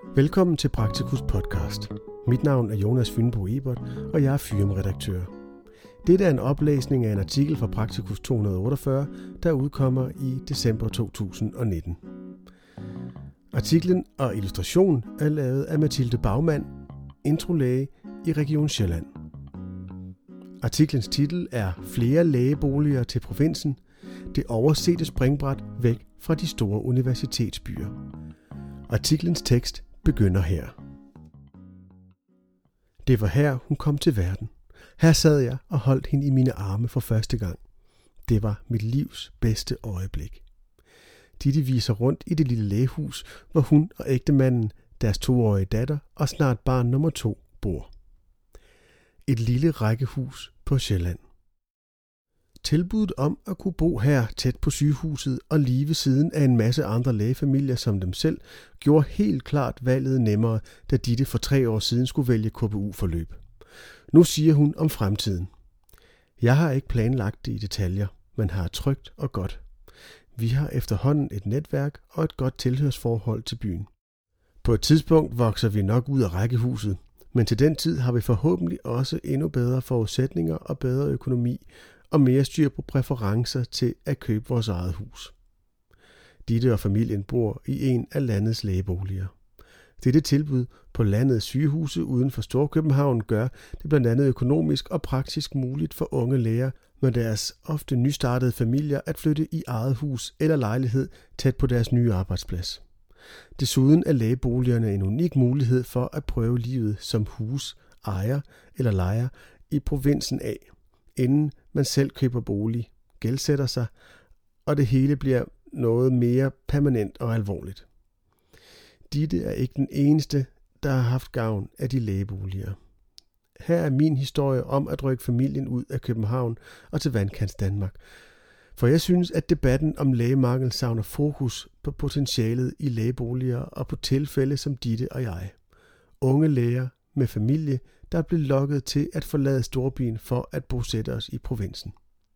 Velkommen til Praktikus podcast. Mit navn er Jonas Fynbo Ebert, og jeg er Fyrum-redaktør. Dette er en oplæsning af en artikel fra Praktikus 248, der udkommer i december 2019. Artiklen og illustration er lavet af Mathilde Bagmand, introlæge i Region Sjælland. Artiklens titel er Flere lægeboliger til provinsen. Det oversete springbræt væk fra de store universitetsbyer. Artiklens tekst begynder her. Det var her, hun kom til verden. Her sad jeg og holdt hende i mine arme for første gang. Det var mit livs bedste øjeblik. Ditte viser rundt i det lille lægehus, hvor hun og ægtemanden, deres 2-årige datter og snart barn nummer 2 bor. Et lille rækkehus på Sjælland. Tilbuddet om at kunne bo her tæt på sygehuset og lige ved siden af en masse andre lægefamilier som dem selv, gjorde helt klart valget nemmere, da Ditte for 3 år siden skulle vælge KBU-forløb. Nu siger hun om fremtiden. Jeg har ikke planlagt det i detaljer, men har trygt og godt. Vi har efterhånden et netværk og et godt tilhørsforhold til byen. På et tidspunkt vokser vi nok ud af rækkehuset, men til den tid har vi forhåbentlig også endnu bedre forudsætninger og bedre økonomi, og mere styr på præferencer til at købe vores eget hus. Ditte og familien bor i en af landets lægeboliger. Dette tilbud på landets sygehuse uden for Storkøbenhavn gør det blandt andet økonomisk og praktisk muligt for unge læger med deres ofte nystartede familier at flytte i eget hus eller lejlighed tæt på deres nye arbejdsplads. Desuden er lægeboligerne en unik mulighed for at prøve livet som hus, ejer eller lejer i provinsen af, inden man selv køber bolig, gældsætter sig, og det hele bliver noget mere permanent og alvorligt. Ditte er ikke den eneste, der har haft gavn af de lægeboliger. Her er min historie om at rykke familien ud af København og til Vandkants Danmark. For jeg synes, at debatten om lægemangel savner fokus på potentialet i lægeboliger og på tilfælde som Ditte og jeg. Unge læger med familie, der blev lokket til at forlade storbyen for at bosætte os i provinsen.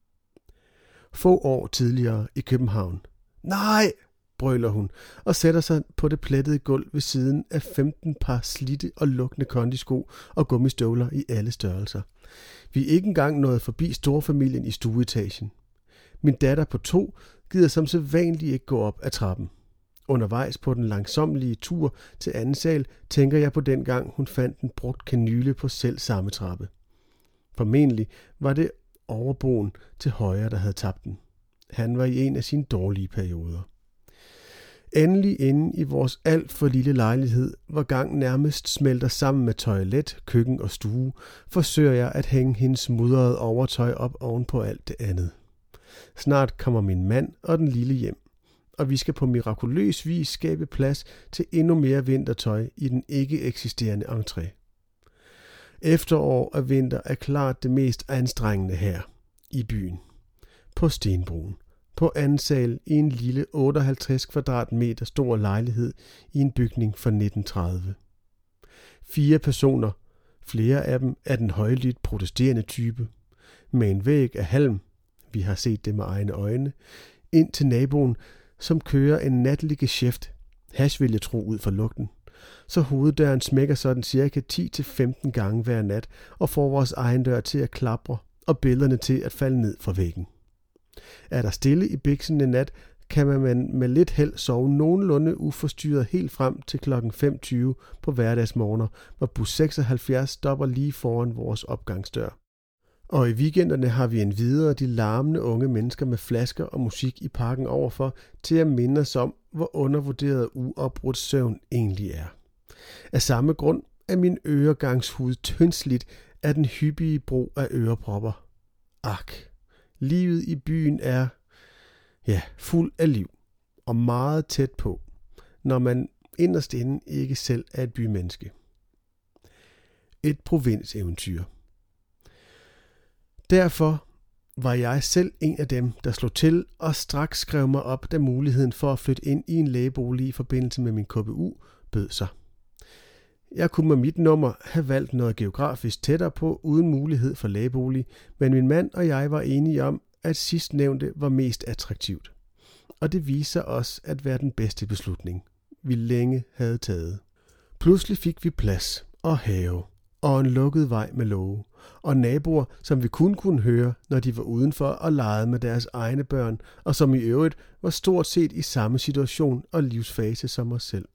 Få år tidligere i København. Nej, brøler hun og sætter sig på det plettede gulv ved siden af 15 par slidte og lugtende kondisko og gummistøvler i alle størrelser. Vi er ikke engang nået forbi storfamilien i stueetagen. Min datter på 2 gider som sædvanligt ikke gå op ad trappen. Undervejs på den langsommelige tur til anden sal tænker jeg på den gang, hun fandt en brugt kanyle på selv samme trappe. Formentlig var det overboen til højre, der havde tabt den. Han var i en af sine dårlige perioder. Endelig inde i vores alt for lille lejlighed, hvor gangen nærmest smelter sammen med toilet, køkken og stue, forsøger jeg at hænge hendes mudrede overtøj op oven på alt det andet. Snart kommer min mand og den lille hjem, og vi skal på mirakuløs vis skabe plads til endnu mere vintertøj i den ikke eksisterende entré. Efterår og vinter er klart det mest anstrengende her i byen. På Stenbroen. På anden sal i en lille 58 kvadratmeter stor lejlighed i en bygning fra 1930. 4 personer, flere af dem er den højlydt protesterende type, med en væg af halm, vi har set det med egne øjne, ind til naboen, som kører en natlig geschæft, hash vil jeg tro ud fra lugten, så hoveddøren smækker sådan cirka 10-15 gange hver nat og får vores egen dør til at klapre og billederne til at falde ned fra væggen. Er der stille i biksen en nat, kan man med lidt held sove nogenlunde uforstyrret helt frem til kl. 5:20 på hverdagsmorgener, hvor bus 76 stopper lige foran vores opgangsdør. Og i weekenderne har vi endvidere de larmende unge mennesker med flasker og musik i parken overfor til at minde os om, hvor undervurderet uopbrudt søvn egentlig er. Af samme grund er min øregangshud tyndslidt af den hyppige brug af ørepropper. Ak, livet i byen er, fuld af liv og meget tæt på, når man inderst inde ikke selv er et bymenneske. Et provinseventyr. Derfor var jeg selv en af dem, der slog til og straks skrev mig op, da muligheden for at flytte ind i en lægebolig i forbindelse med min KBU bød sig. Jeg kunne med mit nummer have valgt noget geografisk tættere på, uden mulighed for lægebolig, men min mand og jeg var enige om, at sidstnævnte var mest attraktivt. Og det viser os at være den bedste beslutning, vi længe havde taget. Pludselig fik vi plads og have og en lukket vej med låge og naboer, som vi kun kunne høre, når de var udenfor og legede med deres egne børn, og som i øvrigt var stort set i samme situation og livsfase som os selv.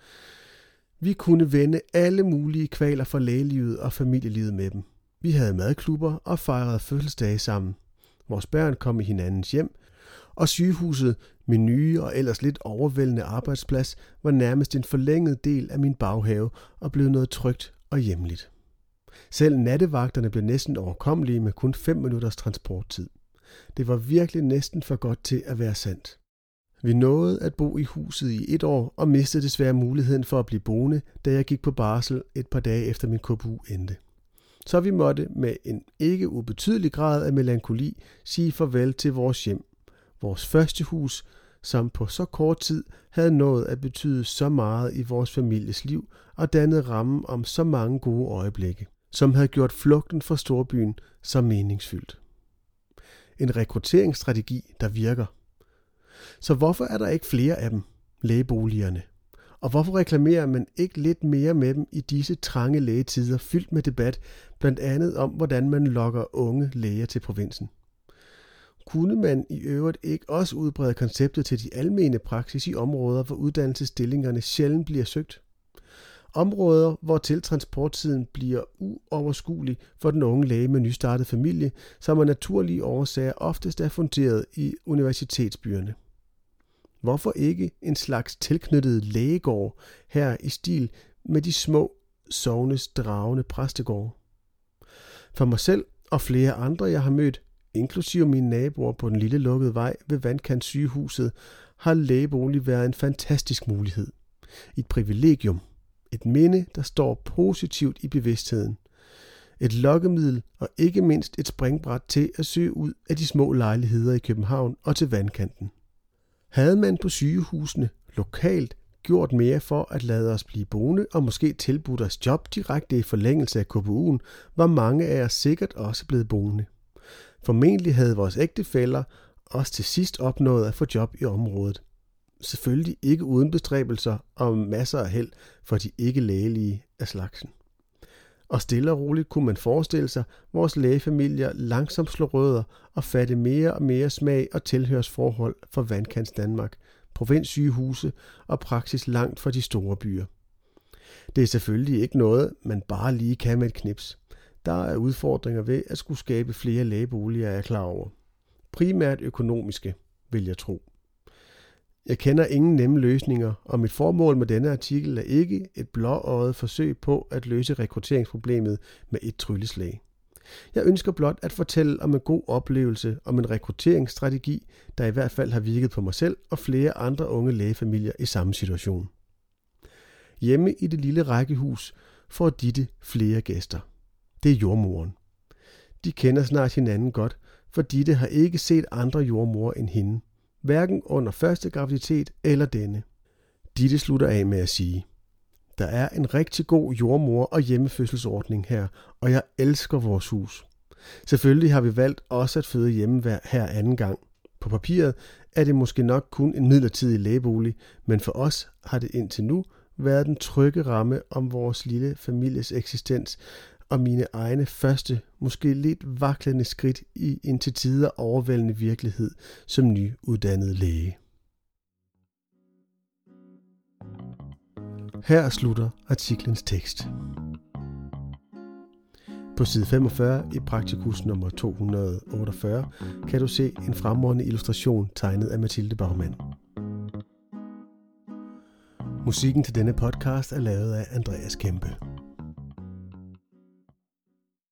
Vi kunne vende alle mulige kvaler for lægelivet og familielivet med dem. Vi havde madklubber og fejrede fødselsdage sammen. Vores børn kom i hinandens hjem, og sygehuset, min nye og ellers lidt overvældende arbejdsplads, var nærmest en forlænget del af min baghave og blev noget trygt og hjemligt. Selv nattevagterne blev næsten overkommelige med kun 5 minutters transporttid. Det var virkelig næsten for godt til at være sandt. Vi nåede at bo i huset i 1 år og mistede desværre muligheden for at blive boende, da jeg gik på barsel et par dage efter min KPU endte. Så vi måtte med en ikke ubetydelig grad af melankoli sige farvel til vores hjem. Vores første hus, som på så kort tid havde nået at betyde så meget i vores families liv og dannet rammen om så mange gode øjeblikke, som havde gjort flugten fra storbyen så meningsfyldt. En rekrutteringsstrategi, der virker. Så hvorfor er der ikke flere af dem, lægeboligerne? Og hvorfor reklamerer man ikke lidt mere med dem i disse trange lægetider fyldt med debat, blandt andet om, hvordan man lokker unge læger til provinsen? Kunne man i øvrigt ikke også udbrede konceptet til de almene praksis i områder, hvor uddannelsesstillingerne sjældent bliver søgt? Områder, hvor til transporttiden bliver uoverskuelig for den unge læge med nystartet familie, som af naturlige årsager oftest er funderet i universitetsbyerne. Hvorfor ikke en slags tilknyttet lægegård her i stil med de små sognes dragende præstegårde? For mig selv og flere andre, jeg har mødt, inklusive mine naboer på den lille lukkede vej ved Vandkantssygehuset, har lægebolig været en fantastisk mulighed. Et privilegium. Et minde, der står positivt i bevidstheden. Et lokkemiddel og ikke mindst et springbræt til at søge ud af de små lejligheder i København og til vandkanten. Havde man på sygehusene lokalt gjort mere for at lade os blive boende og måske tilbudt os job direkte i forlængelse af KPU'en, var mange af os sikkert også blevet boende. Formentlig havde vores ægtefæller også til sidst opnået at få job i området. Selvfølgelig ikke uden bestræbelser og masser af held for de ikke-lægelige af slagsen. Og stille og roligt kunne man forestille sig vores lægefamilier langsomt slå rødder og fatte mere og mere smag og tilhørsforhold for Vandkants Danmark, provinssygehuse og praksis langt fra de store byer. Det er selvfølgelig ikke noget, man bare lige kan med et knips. Der er udfordringer ved at skulle skabe flere lægeboliger, er jeg klar over. Primært økonomiske, vil jeg tro. Jeg kender ingen nemme løsninger, og mit formål med denne artikel er ikke et blåøjet forsøg på at løse rekrutteringsproblemet med et trylleslag. Jeg ønsker blot at fortælle om en god oplevelse om en rekrutteringsstrategi, der i hvert fald har virket på mig selv og flere andre unge lægefamilier i samme situation. Hjemme i det lille rækkehus får Ditte flere gæster. Det er jordmoren. De kender snart hinanden godt, for Ditte har ikke set andre jordmorer end hende. Hverken under første graviditet eller denne. Ditte slutter af med at sige: der er en rigtig god jordmor- og hjemmefødselsordning her, og jeg elsker vores hus. Selvfølgelig har vi valgt også at føde hjemme her anden gang. På papiret er det måske nok kun en midlertidig lægebolig, men for os har det indtil nu været den trygge ramme om vores lille families eksistens og mine egne første, måske lidt vaklende skridt i en til tider overvældende virkelighed som nyuddannet læge. Her slutter artiklens tekst. På side 45 i Praktikus nummer 248 kan du se en fremragende illustration tegnet af Mathilde Baumann. Musikken til denne podcast er lavet af Andreas Kæmpe.